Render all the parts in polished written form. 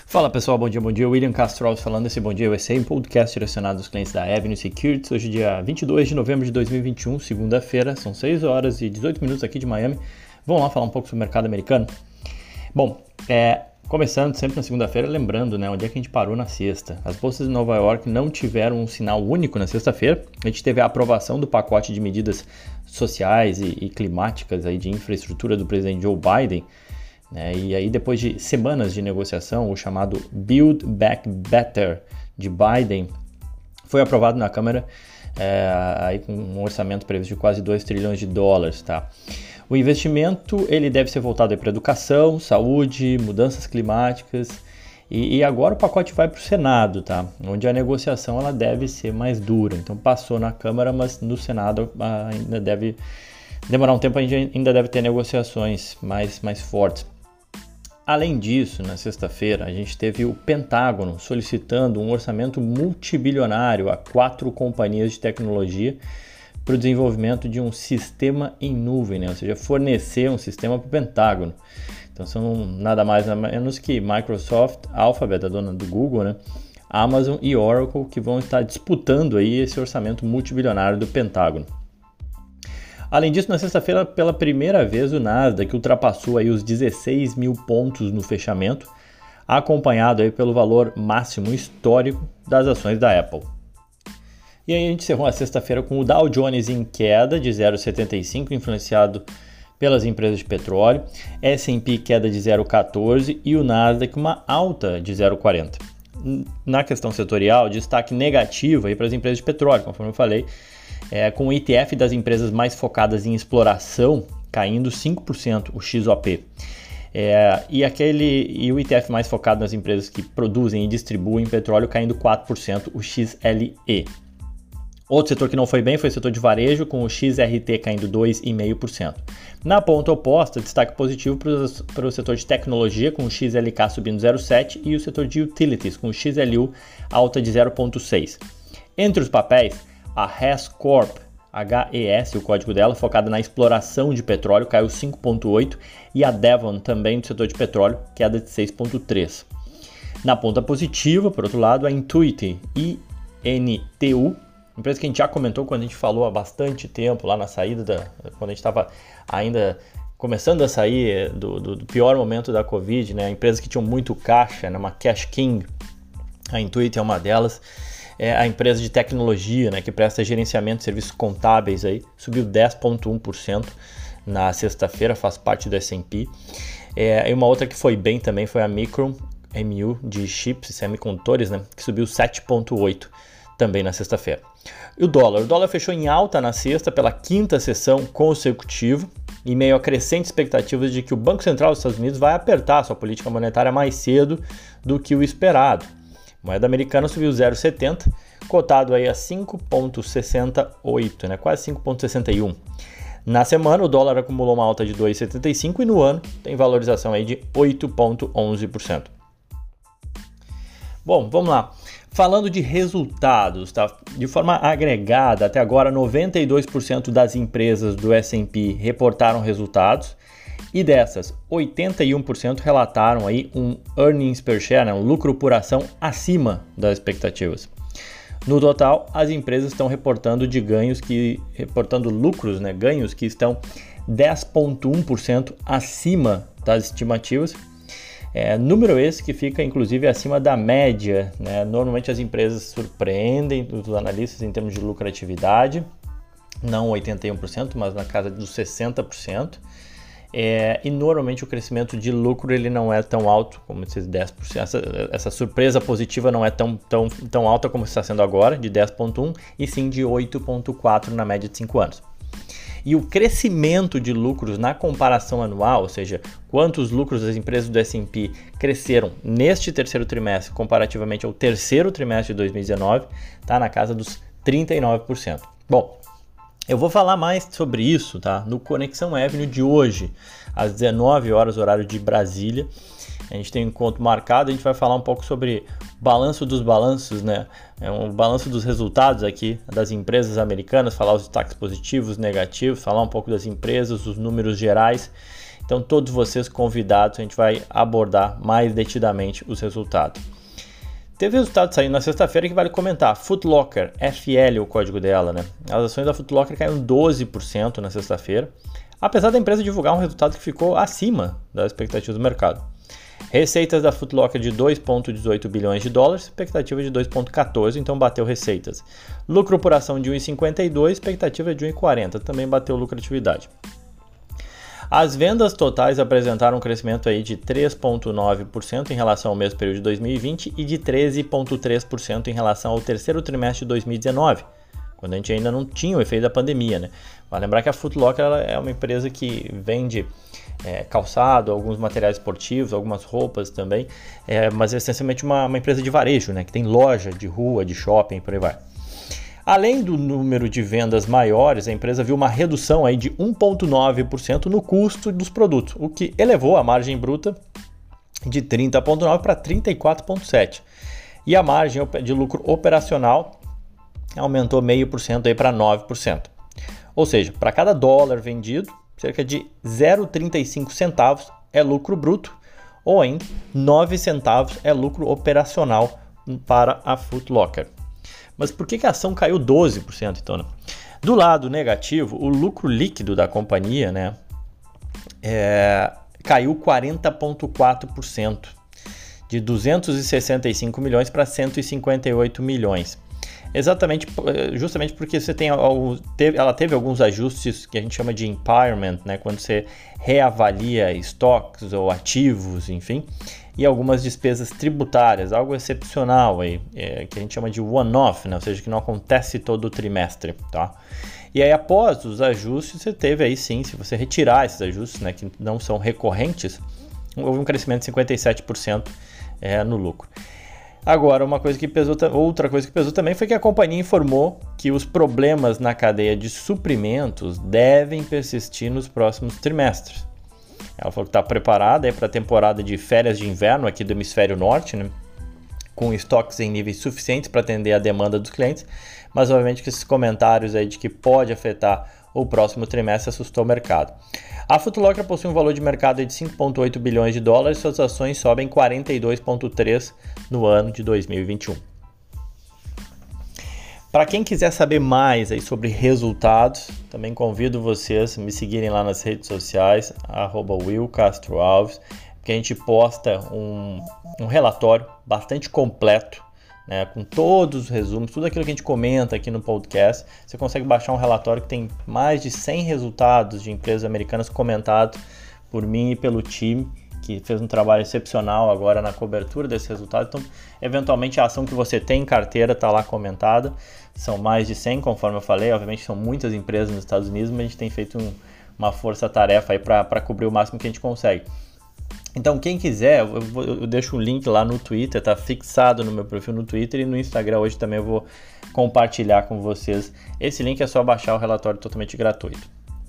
Fala pessoal, bom dia, William Castro falando esse Bom Dia USA, um podcast direcionado aos clientes da Avenue Securities. Hoje dia 22 de novembro de 2021, segunda-feira, são 6 horas e 18 minutos aqui de Miami. Vamos lá falar um pouco sobre o mercado americano? Bom, começando sempre na segunda-feira, lembrando, onde é que a gente parou na sexta. As bolsas de Nova York não tiveram um sinal único na sexta-feira. A gente teve a aprovação do pacote de medidas sociais e climáticas aí de infraestrutura do presidente Joe Biden. E aí, depois de semanas de negociação, o chamado Build Back Better de Biden foi aprovado na Câmara aí com um orçamento previsto de quase 2 trilhões de dólares. Tá? O investimento ele deve ser voltado para educação, saúde, mudanças climáticas e agora o pacote vai para o Senado, tá? Onde a negociação ela deve ser mais dura. Então passou na Câmara, mas no Senado ainda deve demorar um tempo, a gente ainda deve ter negociações mais fortes. Além disso, na sexta-feira, a gente teve o Pentágono solicitando um orçamento multibilionário a 4 companhias de tecnologia para o desenvolvimento de um sistema em nuvem, ou seja, fornecer um sistema para o Pentágono. Então são nada mais nada menos que Microsoft, Alphabet, a dona do Google, Amazon e Oracle, que vão estar disputando aí esse orçamento multibilionário do Pentágono. Além disso, na sexta-feira, pela primeira vez, o Nasdaq ultrapassou aí os 16 mil pontos no fechamento, acompanhado aí pelo valor máximo histórico das ações da Apple. E aí a gente encerrou a sexta-feira com o Dow Jones em queda de 0,75, influenciado pelas empresas de petróleo, S&P queda de 0,14 e o Nasdaq uma alta de 0,40. Na questão setorial, destaque negativo aí para as empresas de petróleo, conforme eu falei, com o ETF das empresas mais focadas em exploração caindo 5%, o XOP. E o ETF mais focado nas empresas que produzem e distribuem petróleo caindo 4%, o XLE. Outro setor que não foi bem foi o setor de varejo, com o XRT caindo 2,5%. Na ponta oposta, destaque positivo para o setor de tecnologia, com o XLK subindo 0,7% e o setor de utilities, com o XLU alta de 0,6%. Entre os papéis, a Hess Corp, HES, o código dela, focada na exploração de petróleo, caiu 5,8%, e a Devon, também do setor de petróleo, queda de 6,3%. Na ponta positiva, por outro lado, a Intuit, INTU, empresa que a gente já comentou quando a gente falou há bastante tempo, lá na saída, quando a gente estava ainda começando a sair do pior momento da Covid, empresas que tinham muito caixa, uma Cash King, a Intuit é uma delas. A empresa de tecnologia, que presta gerenciamento de serviços contábeis, aí, subiu 10,1% na sexta-feira, faz parte do S&P. E uma outra que foi bem também foi a Micron, MU, de chips e semicondutores, que subiu 7,8% também na sexta-feira. E o dólar fechou em alta na sexta pela 5ª sessão consecutiva, em meio a crescentes expectativas de que o Banco Central dos Estados Unidos vai apertar sua política monetária mais cedo do que o esperado. A moeda americana subiu 0,70, cotado aí a 5,68, quase 5,61. Na semana, o dólar acumulou uma alta de 2,75 e no ano tem valorização aí de 8,11%. Bom, vamos lá. Falando de resultados, de forma agregada, até agora 92% das empresas do S&P reportaram resultados. E dessas, 81% relataram aí um earnings per share, um lucro por ação acima das expectativas. No total, as empresas estão reportando lucros, ganhos que estão 10,1% acima das estimativas. Número esse que fica inclusive acima da média. Normalmente as empresas surpreendem os analistas em termos de lucratividade, não 81%, mas na casa dos 60%. E normalmente o crescimento de lucro ele não é tão alto como esses 10%. Essa surpresa positiva não é tão alta como está sendo agora, de 10,1%, e sim de 8,4% na média de 5 anos. E o crescimento de lucros na comparação anual, ou seja, quantos lucros das empresas do S&P cresceram neste terceiro trimestre comparativamente ao terceiro trimestre de 2019, está na casa dos 39%. Bom, eu vou falar mais sobre isso, no Conexão Avenue de hoje, às 19 horas, horário de Brasília. A gente tem um encontro marcado, a gente vai falar um pouco sobre o balanço dos balanços, um balanço dos resultados aqui das empresas americanas, falar os destaques positivos, negativos, falar um pouco das empresas, os números gerais Então todos vocês convidados, a gente vai abordar mais detidamente os resultados. Teve resultado saindo na sexta-feira que vale comentar. Foot Locker, FL, o código dela, né? As ações da Foot Locker caíram 12% na sexta-feira, apesar da empresa divulgar um resultado que ficou acima das expectativas do mercado. Receitas da Foot Locker de 2,18 bilhões de dólares, expectativa de 2,14, então bateu receitas. Lucro por ação de 1,52, expectativa de 1,40, também bateu lucratividade. As vendas totais apresentaram um crescimento aí de 3,9% em relação ao mesmo período de 2020 e de 13,3% em relação ao terceiro trimestre de 2019, quando a gente ainda não tinha o efeito da pandemia, né? Vale lembrar que a Foot Locker ela é uma empresa que vende calçado, alguns materiais esportivos, algumas roupas também, mas é essencialmente uma empresa de varejo, né? Que tem loja de rua, de shopping, por aí vai. Além do número de vendas maiores, a empresa viu uma redução aí de 1,9% no custo dos produtos, o que elevou a margem bruta de 30,9% para 34,7%. E a margem de lucro operacional aumentou 0,5% para 9%. Ou seja, para cada dólar vendido, cerca de 0,35 centavos é lucro bruto, ou ainda 9 centavos é lucro operacional para a Foot Locker. Mas por que a ação caiu 12%, então? Né? Do lado negativo, o lucro líquido da companhia, né, caiu 40,4%, de 265 milhões para 158 milhões. Justamente porque ela teve alguns ajustes que a gente chama de impairment, né, quando você reavalia estoques ou ativos, enfim, e algumas despesas tributárias, algo excepcional aí, que a gente chama de one-off, né, ou seja, que não acontece todo o trimestre, tá? E aí após os ajustes, você teve aí sim, se você retirar esses ajustes, né, que não são recorrentes, houve um crescimento de 57% no lucro. Agora, outra coisa que pesou também foi que a companhia informou que os problemas na cadeia de suprimentos devem persistir nos próximos trimestres. Ela falou que está preparada para a temporada de férias de inverno aqui do hemisfério norte, né, com estoques em níveis suficientes para atender a demanda dos clientes, mas obviamente que esses comentários aí de que pode afetar o próximo trimestre assustou o mercado. A Foot Locker possui um valor de mercado de 5,8 bilhões de dólares e suas ações sobem 42,3% no ano de 2021. Para quem quiser saber mais aí sobre resultados, também convido vocês a me seguirem lá nas redes sociais, @willcastroalves, porque a gente posta um relatório bastante completo, né, com todos os resumos, tudo aquilo que a gente comenta aqui no podcast. Você consegue baixar um relatório que tem mais de 100 resultados de empresas americanas comentados por mim e pelo time, que fez um trabalho excepcional agora na cobertura desse resultado. Então, eventualmente, a ação que você tem em carteira está lá comentada. São mais de 100, conforme eu falei. Obviamente, são muitas empresas nos Estados Unidos, mas a gente tem feito uma força-tarefa aí para cobrir o máximo que a gente consegue. Então, quem quiser, eu deixo um link lá no Twitter, tá fixado no meu perfil no Twitter, e no Instagram hoje também eu vou compartilhar com vocês. Esse link é só baixar o relatório totalmente gratuito.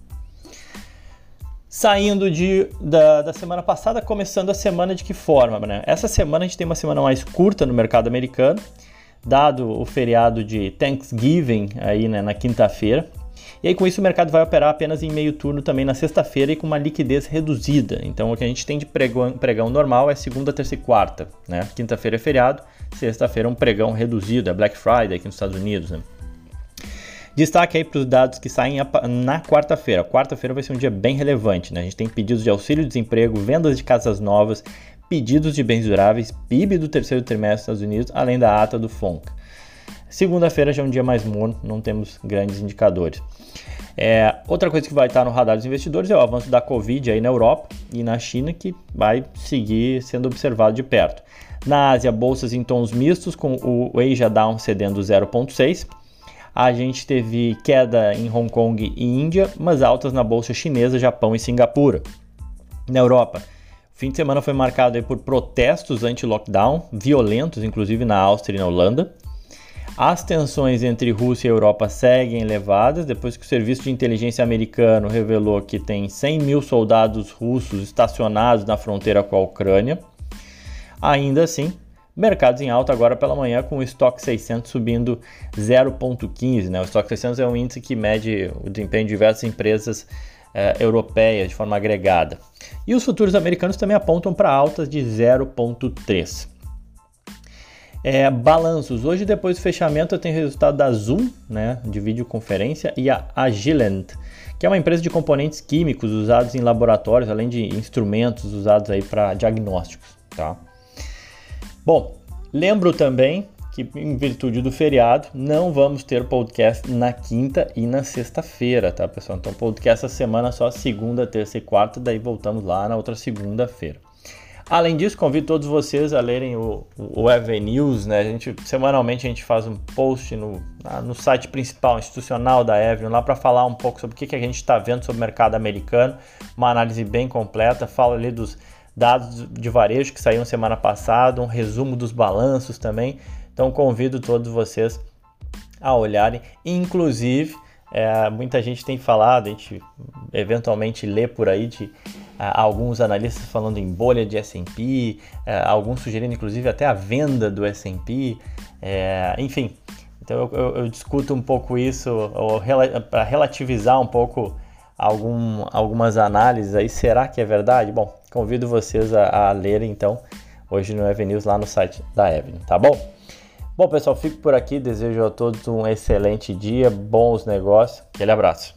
Saindo da semana passada, começando a semana de que forma, né? Essa semana a gente tem uma semana mais curta no mercado americano, dado o feriado de Thanksgiving aí, né, na quinta-feira. E aí com isso o mercado vai operar apenas em meio turno também na sexta-feira e com uma liquidez reduzida. Então o que a gente tem de pregão normal é segunda, terça e quarta, né? Quinta-feira é feriado, sexta-feira é um pregão reduzido, é Black Friday aqui nos Estados Unidos, né? Destaque aí para os dados que saem na quarta-feira. Quarta-feira vai ser um dia bem relevante, né? A gente tem pedidos de auxílio-desemprego, vendas de casas novas, pedidos de bens duráveis, PIB do terceiro trimestre dos Estados Unidos, além da ata do FONC. Segunda-feira já é um dia mais morno, não temos grandes indicadores. Outra coisa que vai estar no radar dos investidores é o avanço da Covid aí na Europa e na China, que vai seguir sendo observado de perto. Na Ásia, bolsas em tons mistos, com o Asia Down cedendo 0,6%. A gente teve queda em Hong Kong e Índia, mas altas na bolsa chinesa, Japão e Singapura. Na Europa, o fim de semana foi marcado aí por protestos anti-lockdown, violentos, inclusive na Áustria e na Holanda. As tensões entre Rússia e Europa seguem elevadas, depois que o Serviço de Inteligência americano revelou que tem 100 mil soldados russos estacionados na fronteira com a Ucrânia. Ainda assim, mercados em alta agora pela manhã, com o Stock 600 subindo 0,15, né? O Stock 600 é um índice que mede o desempenho de diversas empresas europeia de forma agregada. E os futuros americanos também apontam para altas de 0,3%. Balanços. Hoje, depois do fechamento, eu tenho resultado da Zoom, né, de videoconferência, e a Agilent, que é uma empresa de componentes químicos usados em laboratórios, além de instrumentos usados aí para diagnósticos. Tá? Bom, lembro também que, em virtude do feriado, não vamos ter podcast na quinta e na sexta-feira, tá, pessoal? Então, podcast essa semana só segunda, terça e quarta, daí voltamos lá na outra segunda-feira. Além disso, convido todos vocês a lerem o EV News, né? Semanalmente a gente faz um post no site principal, institucional da Avenue, lá para falar um pouco sobre o que a gente está vendo sobre o mercado americano, uma análise bem completa, fala ali dos dados de varejo que saíram semana passada, um resumo dos balanços também. Então convido todos vocês a olharem, inclusive muita gente tem falado, a gente eventualmente lê por aí de alguns analistas falando em bolha de S&P, alguns sugerindo inclusive até a venda do S&P, enfim. Então eu discuto um pouco isso para relativizar um pouco algumas análises aí. Será que é verdade? Bom, convido vocês a lerem então hoje no EV News lá no site da Avenue, tá bom? Bom, pessoal, fico por aqui, desejo a todos um excelente dia, bons negócios, aquele abraço.